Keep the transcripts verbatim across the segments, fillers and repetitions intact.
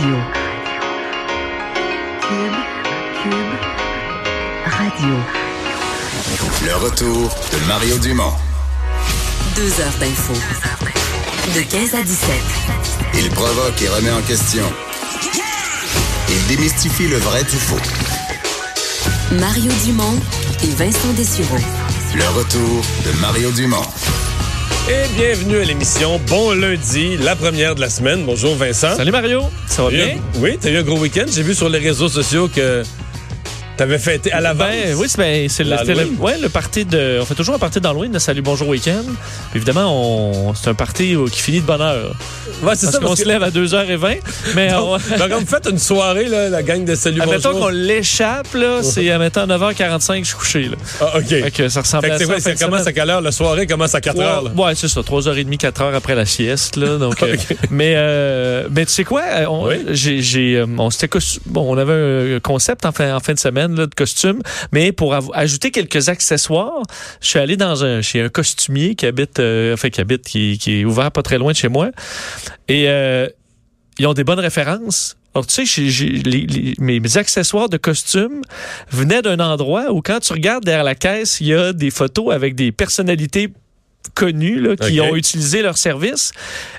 Radio. Cube, Cube, Radio. Le retour de Mario Dumont. Deux heures d'info. De quinze à dix-sept. Il provoque et remet en question. Il démystifie le vrai du faux. Mario Dumont et Vincent Dessureau. Le retour de Mario Dumont. Et bienvenue à l'émission. Bon lundi, la première de la semaine. Bonjour Vincent. Salut Mario, ça va bien? Oui, t'as eu un gros week-end. J'ai vu sur les réseaux sociaux que t'avais fêté à l'avance. Ben, oui, c'est, ben, c'est le, le, ouais, le party de... On fait toujours un party d'Halloween, de Salut Bonjour Week-end. Puis évidemment, on, c'est un party qui finit de bonne heure. Ouais, c'est parce ça. qu'on parce se que... lève à deux heures vingt. Mais donc, on... donc, on fait une soirée, là, la gang de Salut Bonjour. Admettons qu'on l'échappe, là, c'est, admettons, neuf heures quarante-cinq, je suis couché, là. Ah, OK. Fait que ça ressemble fait que à c'est ça. vrai, ça commence à quelle heure? La soirée commence à quatre heures, là. Ouais, c'est ça. trois heures trente, quatre heures après la sieste, là. Donc, okay. euh, mais, euh, mais tu sais quoi? On, oui. j'ai, j'ai, on, c'était costu... bon, on avait un concept en fin, en fin de semaine, là, de costume. Mais pour av- ajouter quelques accessoires, je suis allé dans un, chez un costumier qui habite, euh, enfin, qui habite, qui, qui est ouvert pas très loin de chez moi. Et, euh, ils ont des bonnes références. Alors, tu sais, j'ai, j'ai, les, les, mes, mes accessoires de costume venaient d'un endroit où, quand tu regardes derrière la caisse, il y a des photos avec des personnalités connues là, qui okay. ont utilisé leur service.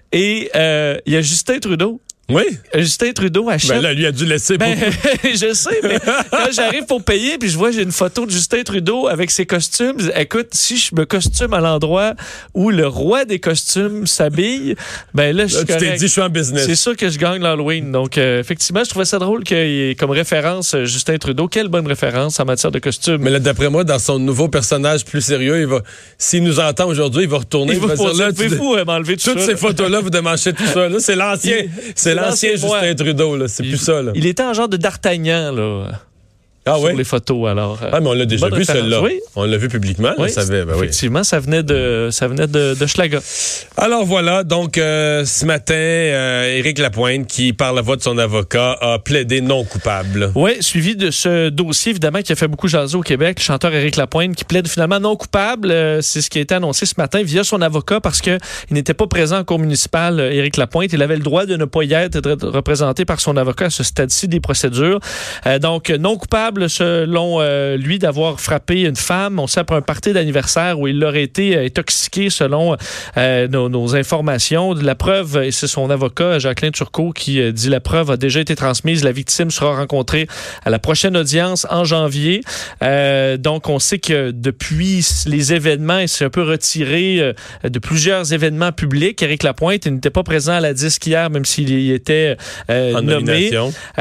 Et euh, il y a Justin Trudeau. Oui. Justin Trudeau achète. Ben là, lui a dû laisser ben, beaucoup. Je sais, mais quand j'arrive pour payer, puis je vois j'ai une photo de Justin Trudeau avec ses costumes. Écoute, si je me costume à l'endroit où le roi des costumes s'habille, ben là, je suis là, tu t'es dit, je suis en business. C'est sûr que je gagne l'Halloween. Donc, euh, effectivement, je trouvais ça drôle qu'il y ait comme référence Justin Trudeau. Quelle bonne référence en matière de costume. Mais là, d'après moi, dans son nouveau personnage plus sérieux, il va, s'il nous entend aujourd'hui, il va retourner. Il, il va, va dire, là, pouvez-vous de... m'enlever tout toutes ça, ces là. photos-là, vous démanchez tout ça. Là, c'est l'ancien, il, c'est l'ancien Justin ouais. Trudeau, là. C'est il, plus ça, là. Il était en genre de D'Artagnan, là. Ah sur ouais? les photos, alors. Ah, mais on l'a déjà vu, celle-là. Oui. On l'a vu publiquement, oui, on savait. Ben effectivement, oui. ça venait de, ça venait de, de Schlaga. Alors voilà, donc euh, ce matin, euh, Éric Lapointe, qui, par la voix de son avocat, a plaidé non coupable. Oui, suivi de ce dossier, évidemment, qui a fait beaucoup jaser au Québec, le chanteur Éric Lapointe, qui plaide finalement non coupable. Euh, c'est ce qui a été annoncé ce matin via son avocat, parce qu'il n'était pas présent en cour municipale, Éric Lapointe. Il avait le droit de ne pas y être, d'être représenté par son avocat à ce stade-ci des procédures. Euh, donc, non coupable selon Euh, lui, d'avoir frappé une femme. On sait après un party d'anniversaire où il aurait été euh, intoxiqué selon euh, nos, nos informations. La preuve, et c'est son avocat, Jacqueline Turcot, qui euh, dit la preuve a déjà été transmise. La victime sera rencontrée à la prochaine audience en janvier. Euh, donc, on sait que depuis les événements, il s'est un peu retiré euh, de plusieurs événements publics. Éric Lapointe, il n'était pas présent à la disque hier, même s'il y était euh, en nommé.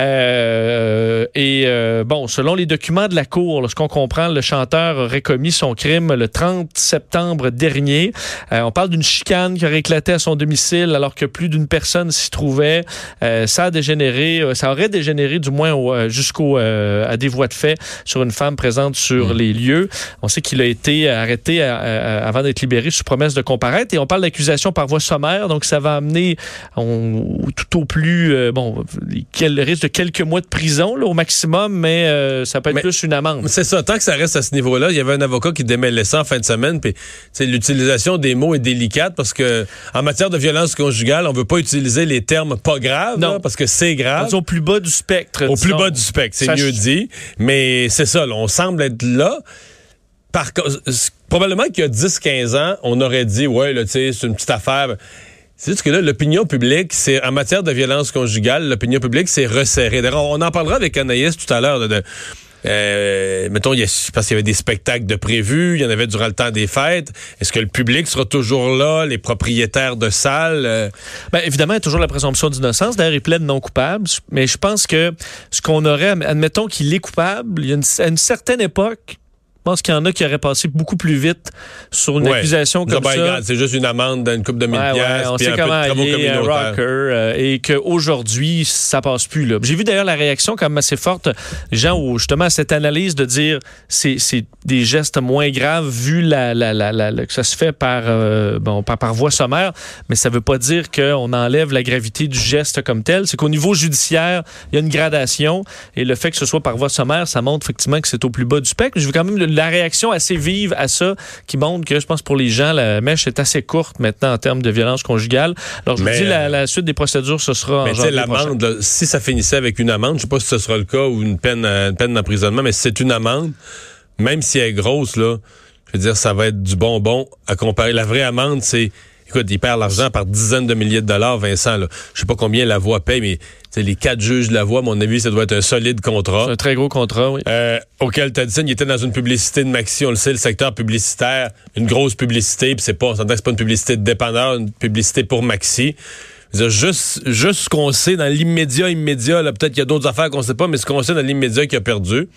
Euh, et euh, bon, selon les documents de la Cour, là, ce qu'on comprend, le chanteur aurait commis son crime le trente septembre dernier. Euh, on parle d'une chicane qui aurait éclaté à son domicile alors que plus d'une personne s'y trouvait. Euh, ça a dégénéré, euh, ça aurait dégénéré du moins au, euh, jusqu'au euh, à des voies de fait sur une femme présente sur mmh. les lieux. On sait qu'il a été arrêté à, à, avant d'être libéré sous promesse de comparaître et on parle d'accusation par voie sommaire, donc ça va amener on, tout au plus euh, bon quel risque de quelques mois de prison là, au maximum, mais euh, ça peut être mais, plus une amende. C'est ça, tant que ça reste à ce niveau-là, il y avait un avocat qui démêlait ça en fin de semaine, puis l'utilisation des mots est délicate parce que en matière de violence conjugale, on veut pas utiliser les termes pas graves, là, parce que c'est grave. Au plus bas du spectre. Au disons. plus bas du spectre, c'est ça, mieux je... dit, mais c'est ça, là, on semble être là. Par probablement qu'il y a dix quinze ans, on aurait dit, ouais, là, tu sais, c'est une petite affaire. C'est juste que là, l'opinion publique, c'est en matière de violence conjugale, l'opinion publique, c'est resserré. D'ailleurs, on en parlera avec Anaïs tout à l'heure de... de Euh, mettons, il y a, parce qu'il y avait des spectacles de prévus, il y en avait durant le temps des fêtes. Est-ce que le public sera toujours là, les propriétaires de salles? Euh... Ben, évidemment, il y a toujours la présomption d'innocence. D'ailleurs, il plaide non coupable. Mais je pense que ce qu'on aurait, admettons qu'il est coupable, il y a une, à une certaine époque, je pense qu'il y en a qui auraient passé beaucoup plus vite sur une ouais. accusation comme ben, ça. Regarde, c'est juste une amende d'une couple de mille ouais, piastres, ouais, on puis sait un comment peu de travaux communautaires. Un rocker, euh, et qu'aujourd'hui, ça passe plus. Là. J'ai vu d'ailleurs la réaction quand même assez forte, les gens, où, justement, à cette analyse de dire c'est, c'est des gestes moins graves vu la, la, la, la, la, que ça se fait par, euh, bon, par, par voie sommaire, mais ça veut pas dire qu'on enlève la gravité du geste comme tel. C'est qu'au niveau judiciaire, il y a une gradation, et le fait que ce soit par voie sommaire, ça montre effectivement que c'est au plus bas du spectre. Je veux quand même le, la réaction assez vive à ça qui montre que, je pense, pour les gens, la mèche est assez courte maintenant en termes de violence conjugale. Alors, je mais, vous dis, la, la suite des procédures, ce sera mais en janvier l'amende, là, si ça finissait avec une amende, je sais pas si ce sera le cas ou une peine, une peine d'emprisonnement, mais si c'est une amende, même si elle est grosse, là, je veux dire, ça va être du bonbon à comparer. La vraie amende, c'est... Écoute, il perd l'argent par dizaines de milliers de dollars, Vincent. Là. Je sais pas combien la voix paye, mais les quatre juges de la voix, à mon avis, ça doit être un solide contrat. C'est un très gros contrat, oui. Euh, auquel tu as dit ça, il était dans une publicité de Maxi, on le sait, le secteur publicitaire, une grosse publicité, puis c'est pas, on s'entend que c'est pas une publicité de dépanneur, une publicité pour Maxi. Je veux dire, juste, juste ce qu'on sait dans l'immédiat, immédiat, là, peut-être qu'il y a d'autres affaires qu'on sait pas, mais ce qu'on sait dans l'immédiat qu'il a perdu,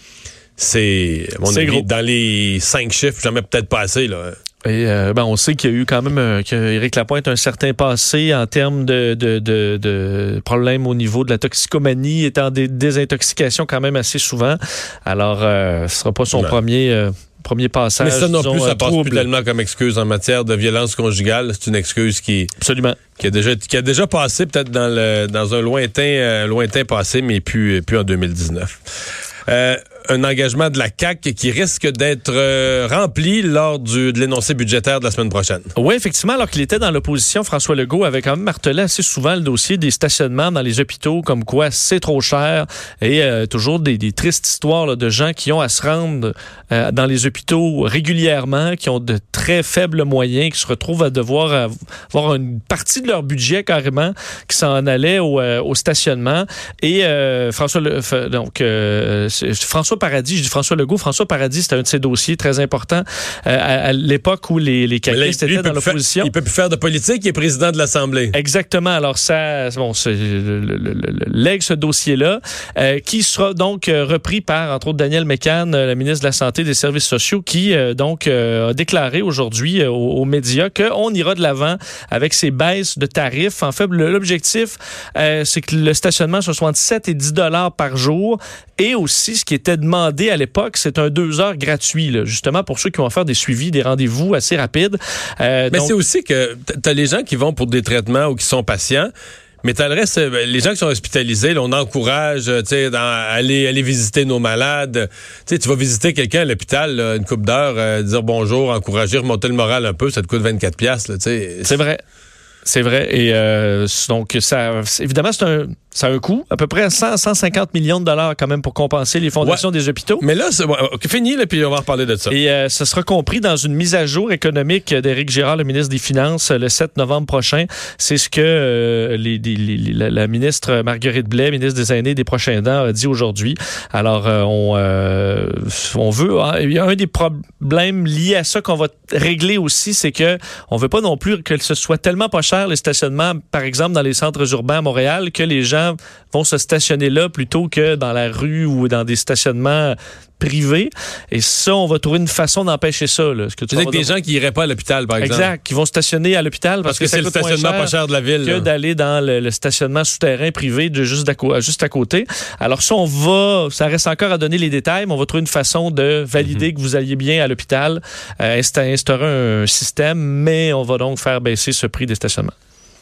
c'est, à mon c'est avis, gros. dans les cinq chiffres, jamais peut-être pas assez, là. Et euh, ben on sait qu'il y a eu quand même euh, qu'Éric Lapointe a un certain passé en termes de, de, de, de problèmes au niveau de la toxicomanie, étant en dé- désintoxication quand même assez souvent. Alors, euh, ce sera pas son non. premier euh, premier passage. Mais ça non disons, plus, ça passe trouble. plus tellement comme excuse en matière de violence conjugale. C'est une excuse qui, Absolument. qui a déjà qui a déjà passé peut-être dans le dans un lointain euh, lointain passé, mais plus plus en deux mille dix-neuf. Euh, un engagement de la C A Q qui risque d'être euh, rempli lors du, de l'énoncé budgétaire de la semaine prochaine. Oui, effectivement, alors qu'il était dans l'opposition, François Legault avait quand même martelé assez souvent le dossier des stationnements dans les hôpitaux, comme quoi c'est trop cher, et euh, toujours des, des tristes histoires là, de gens qui ont à se rendre euh, dans les hôpitaux régulièrement, qui ont de très faibles moyens, qui se retrouvent à devoir avoir une partie de leur budget carrément qui s'en allait au, euh, au stationnement. Et euh, François, Le, donc euh, François Paradis, je dis François Legault, François Paradis, c'était un de ses dossiers très importants euh, à, à l'époque où les, les caquistes étaient dans l'opposition. Faire, il peut plus faire de politique, il est président de l'Assemblée. Exactement. Alors ça, bon, c'est le, le, le, le, lègue ce dossier-là, euh, qui sera donc euh, repris par, entre autres, Daniel Mécan, euh, la ministre de la Santé et des Services sociaux, qui euh, donc euh, a déclaré aujourd'hui euh, aux, aux médias qu'on ira de l'avant avec ces baisses de tarifs. En fait, l'objectif, euh, c'est que le stationnement soit entre sept et dix dollars par jour. Et aussi, ce qui était demandé à l'époque, c'est un deux heures gratuit, là, justement pour ceux qui vont faire des suivis, des rendez-vous assez rapides. Euh, Mais donc... c'est aussi que t'as les gens qui vont pour des traitements ou qui sont patients, mais t'as le reste, les gens qui sont hospitalisés, là, on encourage, tu sais, à aller, aller visiter nos malades. Tu sais, tu vas visiter quelqu'un à l'hôpital, là, une couple d'heures, euh, dire bonjour, encourager, remonter le moral un peu, ça te coûte vingt-quatre piastres, là, tu sais. C'est vrai. C'est vrai. Et euh, donc, ça, évidemment, c'est un, ça a un coût, à peu près cent à cent cinquante millions de dollars quand même pour compenser les fondations ouais. des hôpitaux. Mais là, c'est bon, fini, là, puis on va reparler de ça. Et euh, ce sera compris dans une mise à jour économique d'Éric Girard, le ministre des Finances, le sept novembre prochain. C'est ce que euh, les, les, les, la, la ministre Marguerite Blais, ministre des Aînés et des Proches aidants, a dit aujourd'hui. Alors, euh, on, euh, on veut... Hein, il y a un des problèmes liés à ça qu'on va régler aussi, c'est que on veut pas non plus que ce soit tellement pas cher les stationnements, par exemple, dans les centres urbains à Montréal, que les gens vont se stationner là plutôt que dans la rue ou dans des stationnements privés. Et ça, on va trouver une façon d'empêcher ça. Là. Ce que tu veux dire que des gens qui iraient pas à l'hôpital, par exemple. Exact, qui vont stationner à l'hôpital parce, parce que, que c'est le stationnement pas cher de la ville. Que là. d'aller dans le, le stationnement souterrain privé de juste, à, juste à côté. Alors ça, on va, ça reste encore à donner les détails, mais on va trouver une façon de valider mm-hmm. que vous alliez bien à l'hôpital, euh, instaurer un système, mais on va donc faire baisser ce prix des stationnements.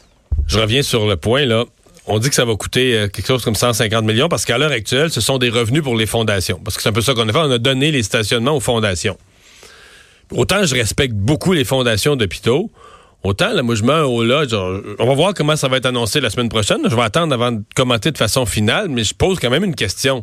Je reviens sur le point, là. On dit que ça va coûter euh, quelque chose comme cent cinquante millions parce qu'à l'heure actuelle, ce sont des revenus pour les fondations. Parce que c'est un peu ça qu'on a fait. On a donné les stationnements aux fondations. Autant je respecte beaucoup les fondations d'hôpitaux, autant, là, moi, je mets un haut là. Genre, on va voir comment ça va être annoncé la semaine prochaine. Je vais attendre avant de commenter de façon finale, mais je pose quand même une question.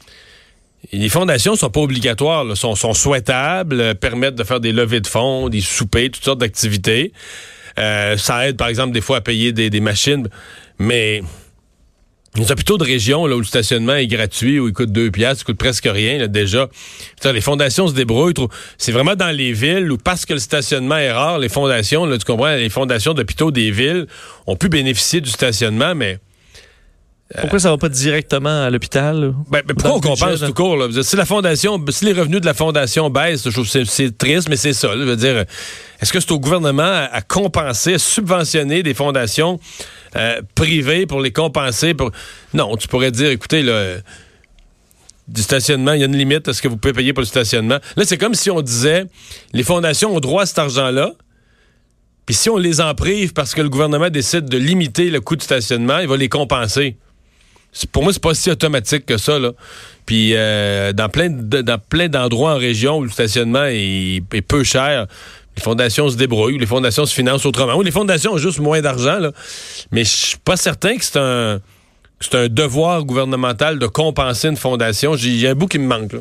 Les fondations sont pas obligatoires, là, sont, sont souhaitables, euh, permettent de faire des levées de fonds, des soupers, toutes sortes d'activités. Euh, ça aide, par exemple, des fois à payer des, des machines. Mais les hôpitaux de région, là, où le stationnement est gratuit, où il coûte deux piastres, il coûte presque rien, là, déjà. T'sais, les fondations se débrouillent trop. C'est vraiment dans les villes où, parce que le stationnement est rare, les fondations, là, tu comprends, les fondations d'hôpitaux des villes ont pu bénéficier du stationnement, mais... Pourquoi ça va pas directement à l'hôpital? Ben, ben pourquoi on compense tout court? Là? Si la fondation, si les revenus de la fondation baissent, je trouve que c'est, c'est triste, mais c'est ça. Là, je veux dire, est-ce que c'est au gouvernement à, à compenser, à subventionner des fondations euh, privées pour les compenser? Pour... Non, tu pourrais dire, écoutez, là, du stationnement, il y a une limite à ce que vous pouvez payer pour le stationnement. Là, c'est comme si on disait, les fondations ont droit à cet argent-là, puis si on les en prive parce que le gouvernement décide de limiter le coût du stationnement, il va les compenser. c'est, pour moi, c'est pas si automatique que ça, là. Puis euh, dans plein de, dans plein d'endroits en région où le stationnement est, est peu cher, les fondations se débrouillent, les fondations se financent autrement. Ou les fondations ont juste moins d'argent, là. Mais je suis pas certain que c'est un que c'est un devoir gouvernemental de compenser une fondation. Il y a un bout qui me manque, là.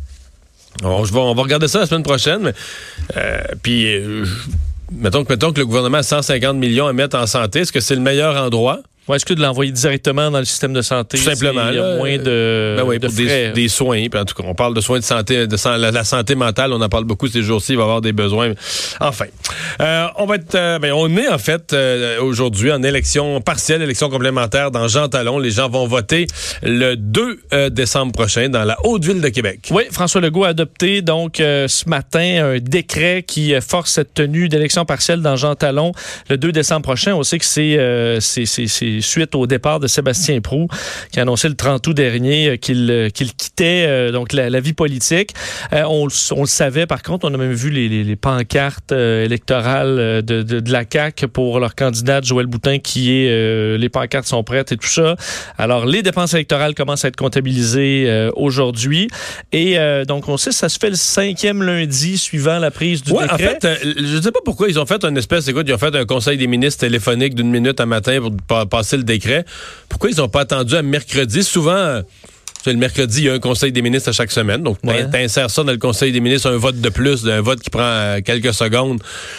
On, je vais, on va regarder ça la semaine prochaine. Mais, euh, puis, euh, mettons, mettons que le gouvernement a cent cinquante millions à mettre en santé. Est-ce que c'est le meilleur endroit? Ouais, est-ce que de l'envoyer directement dans le système de santé? Tout simplement. Il y a moins de, ben oui, de pour frais. Des, des soins. Puis en tout cas, on parle de soins de santé, de san- la, la santé mentale. On en parle beaucoup ces jours-ci. Il va y avoir des besoins. Enfin, euh, on va être, euh, ben, on est en fait euh, aujourd'hui en élection partielle, élection complémentaire dans Jean Talon. Les gens vont voter le deux euh, décembre prochain dans la Haute-Ville de Québec. Oui, François Legault a adopté donc euh, ce matin un décret qui force cette tenue d'élection partielle dans Jean Talon le deux décembre prochain. On sait que c'est, euh, c'est, c'est, c'est suite au départ de Sébastien Proulx, qui a annoncé le trente août dernier euh, qu'il, euh, qu'il quittait euh, donc la, la vie politique. Euh, on, on le savait, par contre, on a même vu les, les, les pancartes euh, électorales de, de, de la C A Q pour leur candidate Joël Boutin, qui est euh, les pancartes sont prêtes et tout ça. Alors, les dépenses électorales commencent à être comptabilisées euh, aujourd'hui. Et euh, donc, on sait que ça se fait le cinquième lundi suivant la prise du ouais, décret. En fait, euh, je ne sais pas pourquoi ils ont fait une espèce, écoute, ils ont fait un conseil des ministres téléphonique d'une minute à matin pour pa- passer le décret. Pourquoi ils n'ont pas attendu à mercredi? Souvent, le mercredi, il y a un conseil des ministres à chaque semaine. Donc, ouais. t'insères ça dans le conseil des ministres, un vote de plus, un vote qui prend quelques secondes.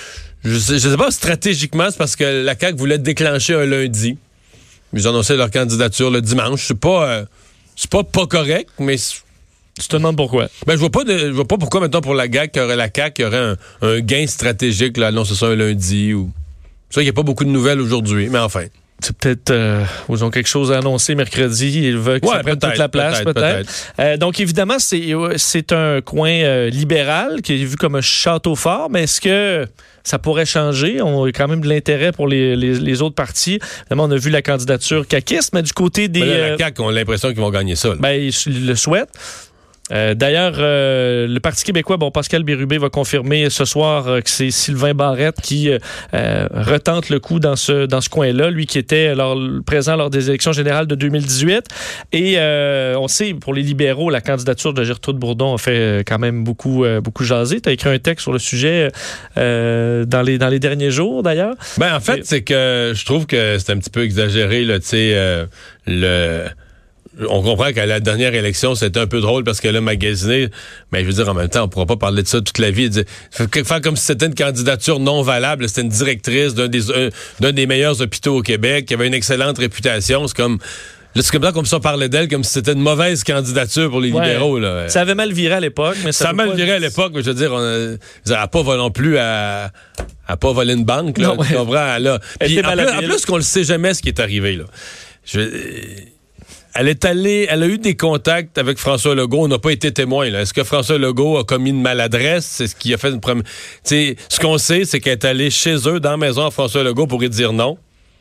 Je sais, je sais pas, stratégiquement, c'est parce que la C A Q voulait déclencher un lundi. Ils ont annoncé leur candidature le dimanche. C'est pas, euh, c'est pas pas correct, mais... Tu te demandes pourquoi? Ben, je vois pas de, je vois pas pourquoi, maintenant, pour la C A Q, y aurait la C A Q, y aurait un, un gain stratégique, là, annoncer ça un lundi ou... C'est vrai qu'il n'y a pas beaucoup de nouvelles aujourd'hui, mais enfin... C'est peut-être, euh, ils ont quelque chose à annoncer mercredi. Ils veulent que ouais, ça prenne toute la place, peut-être. peut-être. peut-être. Euh, donc, évidemment, c'est, c'est un coin euh, libéral qui est vu comme un château fort, mais est-ce que ça pourrait changer? On a quand même de l'intérêt pour les, les, les autres partis. Évidemment, on a vu la candidature caquiste, mais du côté des... Ben là, la C A Q, on a l'impression qu'ils vont gagner ça. Là. Ben, ils le souhaitent. Euh, d'ailleurs, euh, le Parti québécois, bon, Pascal Bérubé va confirmer ce soir euh, que c'est Sylvain Barrette qui euh, retente le coup dans ce dans ce coin-là, lui qui était alors, présent lors des élections générales de deux mille dix-huit. Et euh, on sait, pour les libéraux, la candidature de Gertrude Bourdon a fait quand même beaucoup euh, beaucoup jaser. Tu as écrit un texte sur le sujet euh, dans les dans les derniers jours, d'ailleurs. Ben en fait, Et... c'est que je trouve que c'est un petit peu exagéré, là, tu sais, euh, le... On comprend qu'à la dernière élection, c'était un peu drôle parce qu'elle a magasiné. Mais je veux dire, en même temps, on pourra pas parler de ça toute la vie. Faire comme si c'était une candidature non valable. C'était une directrice d'un des, un, d'un des meilleurs hôpitaux au Québec qui avait une excellente réputation. C'est comme... Là, c'est comme ça comme ça on parlait d'elle, comme si c'était une mauvaise candidature pour les ouais, libéraux. Là. Ça avait mal viré à l'époque. mais Ça, ça a mal viré à l'époque, mais je veux dire, on a, elle n'a pas volé non plus à... à pas voler une banque. Là, non, ouais. Tu comprends? Là. Puis, en, plus, en plus, qu'on ne sait jamais ce qui est arrivé. Là. Je... Elle est allée, elle a eu des contacts avec François Legault. On n'a pas été témoin. Là. Est-ce que François Legault a commis une maladresse? C'est ce qui a fait une première. Tu sais, ce qu'on sait, c'est qu'elle est allée chez eux, dans la maison à François Legault pour lui dire non.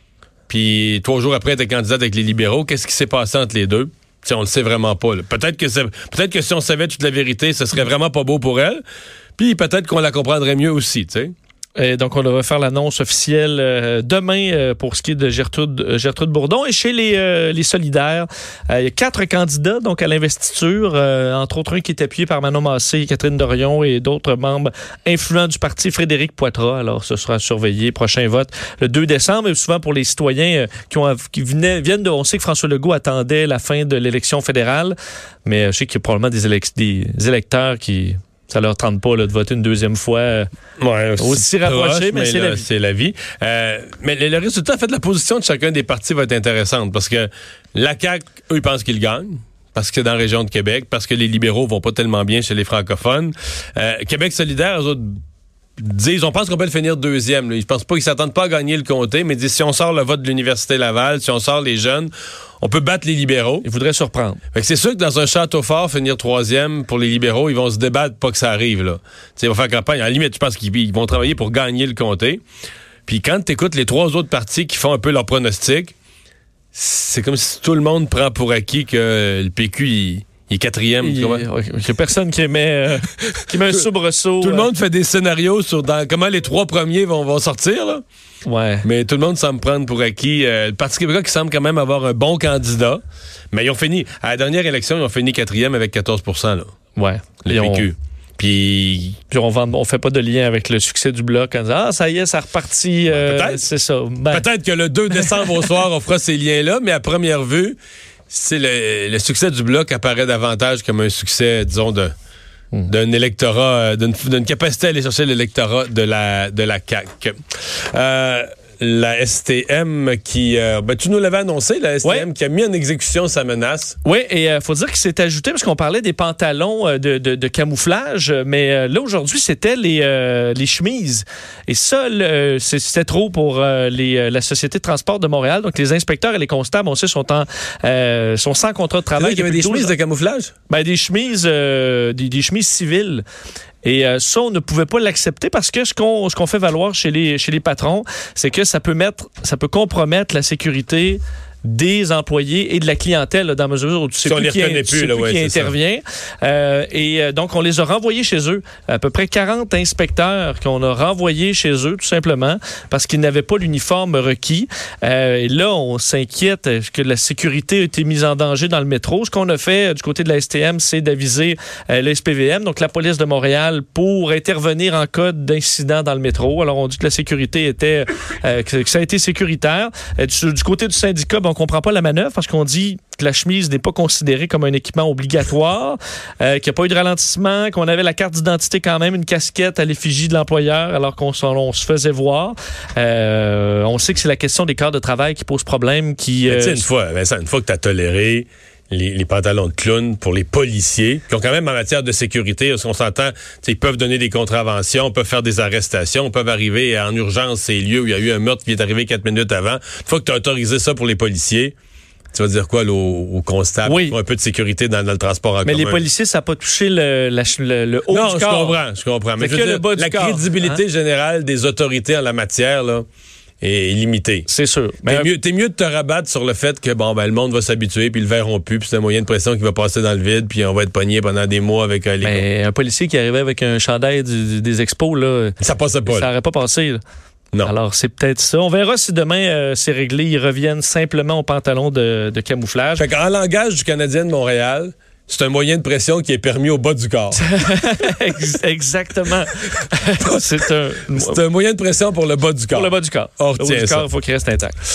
Puis trois jours après, elle était candidate avec les libéraux. Qu'est-ce qui s'est passé entre les deux? T'sais, on le sait vraiment pas. Là. Peut-être que c'est, peut-être que si on savait toute la vérité, ce serait vraiment pas beau pour elle. Puis peut-être qu'on la comprendrait mieux aussi, tu sais. Et donc, on devrait faire l'annonce officielle euh, demain euh, pour ce qui est de Gertrude, euh, Gertrude Bourdon. Et chez les, euh, les solidaires, euh, il y a quatre candidats donc à l'investiture, euh, entre autres un qui est appuyé par Manon Massé, Catherine Dorion et d'autres membres influents du parti, Frédéric Poitras. Alors, ce sera surveillé. Prochain vote le deux décembre. Et souvent pour les citoyens euh, qui, ont, qui venaient, viennent de... On sait que François Legault attendait la fin de l'élection fédérale, mais euh, je sais qu'il y a probablement des, élec- des électeurs qui... Ça leur tente pas là, de voter une deuxième fois euh, ouais, aussi rapproché, mais, mais c'est, là, la c'est la vie. Euh, mais le, le résultat, en fait, la position de chacun des partis va être intéressante parce que la C A Q, eux, ils pensent qu'ils gagnent. Parce que c'est dans la région de Québec, parce que les libéraux vont pas tellement bien chez les francophones. Euh, Québec solidaire, eux autres disent, on pense qu'on peut le finir deuxième. Là. Ils pensent pas qu'ils s'attendent pas à gagner le comté, mais disent, si on sort le vote de l'Université Laval, si on sort les jeunes, on peut battre les libéraux. Ils voudraient surprendre. Fait que c'est sûr que dans un château fort, finir troisième pour les libéraux, ils vont se débattre pas que ça arrive. Là. T'sais, ils vont faire campagne. À la limite, je pense qu'ils ils vont travailler pour gagner le comté. Puis quand tu écoutes les trois autres partis qui font un peu leur pronostic, c'est comme si tout le monde prend pour acquis que le P Q, il, il est quatrième. Il n'y a personne qui met, euh, qui met un soubresaut. Tout euh... le monde fait des scénarios sur dans, comment les trois premiers vont, vont sortir. Là. Ouais. Mais tout le monde semble prendre pour acquis. Euh, le Parti québécois qui semble quand même avoir un bon candidat. Mais ils ont fini, à la dernière élection, ils ont fini quatrième avec quatorze pour cent, là. Ouais. Le P P Q. Puis, Puis on vend, on fait pas de lien avec le succès du Bloc en disant « Ah, ça y est, ça repartit. Euh, peut-être. C'est ça. Ben, peut-être que le deux décembre au soir, on fera ces liens-là, mais à première vue, c'est le, le succès du Bloc apparaît davantage comme un succès, disons, de, mm. d'un électorat, d'une, d'une capacité à aller chercher l'électorat de la, de la C A Q. Euh, La S T M qui... Euh, ben, tu nous l'avais annoncé, la S T M ouais. qui a mis en exécution sa menace. Oui, et il euh, faut dire qu'il s'est ajouté, parce qu'on parlait des pantalons euh, de, de, de camouflage, mais euh, là, aujourd'hui, c'était les, euh, les chemises. Et ça, le, c'était trop pour euh, les, euh, la Société de transport de Montréal. Donc, les inspecteurs et les constables, on sait, sont, en, euh, sont sans contrat de travail. Il y avait des chemises de camouflage? Ben, des chemises, euh, des, des chemises civiles. Et euh, ça, on ne pouvait pas l'accepter parce que ce qu'on ce qu'on fait valoir chez les chez les patrons, c'est que ça peut mettre, ça peut compromettre la sécurité des employés et de la clientèle là, dans la mesure où tu sais si plus qui, in, plus, là, plus ouais, qui intervient. Euh, et euh, donc, on les a renvoyés chez eux. À peu près quarante inspecteurs qu'on a renvoyés chez eux, tout simplement, parce qu'ils n'avaient pas l'uniforme requis. Euh, et là, on s'inquiète que la sécurité a été mise en danger dans le métro. Ce qu'on a fait du côté de la S T M, c'est d'aviser euh, le S P V M, donc la police de Montréal, pour intervenir en cas d'incident dans le métro. Alors, on dit que la sécurité était... Euh, que, que ça a été sécuritaire. Euh, du, du côté du syndicat, bon, on comprend pas la manœuvre parce qu'on dit que la chemise n'est pas considérée comme un équipement obligatoire, euh, qu'il n'y a pas eu de ralentissement, qu'on avait la carte d'identité quand même, une casquette à l'effigie de l'employeur alors qu'on on se faisait voir. Euh, on sait que c'est la question des quarts de travail qui pose problème. Qui, euh, une fois, Vincent, une fois que tu as toléré les, les pantalons de clown pour les policiers, qui ont quand même en matière de sécurité, on s'entend, ils peuvent donner des contraventions, peuvent faire des arrestations, peuvent arriver en urgence ces lieux où il y a eu un meurtre qui est arrivé quatre minutes avant. Une fois que tu as autorisé ça pour les policiers, tu vas dire quoi là, aux, aux constables oui. qui ont un peu de sécurité dans, dans le transport en mais commun? Mais les policiers, ça n'a pas touché le, la, le, le haut non, du corps. Non, je comprends, je comprends. Mais je veux que dire, le bas du la corps. crédibilité hein? générale des autorités en la matière, là, est limitée. C'est sûr. Mais t'es mieux, t'es mieux de te rabattre sur le fait que bon ben le monde va s'habituer puis ils le verront plus puis c'est un moyen de pression qui va passer dans le vide puis on va être pogné pendant des mois avec euh, les. Mais un policier qui arrivait avec un chandail du, des expos là, ça passait pas. Ça n'aurait pas passé. Là. Non. Alors c'est peut-être ça. On verra si demain euh, c'est réglé, ils reviennent simplement au pantalon de, de camouflage. Fait qu'en langage du Canadien de Montréal, c'est un moyen de pression qui est permis au bas du corps. Exactement. c'est, un... c'est un moyen de pression pour le bas du corps. Pour le bas du corps. On le retient bas du ça. corps, il faut qu'il reste intact.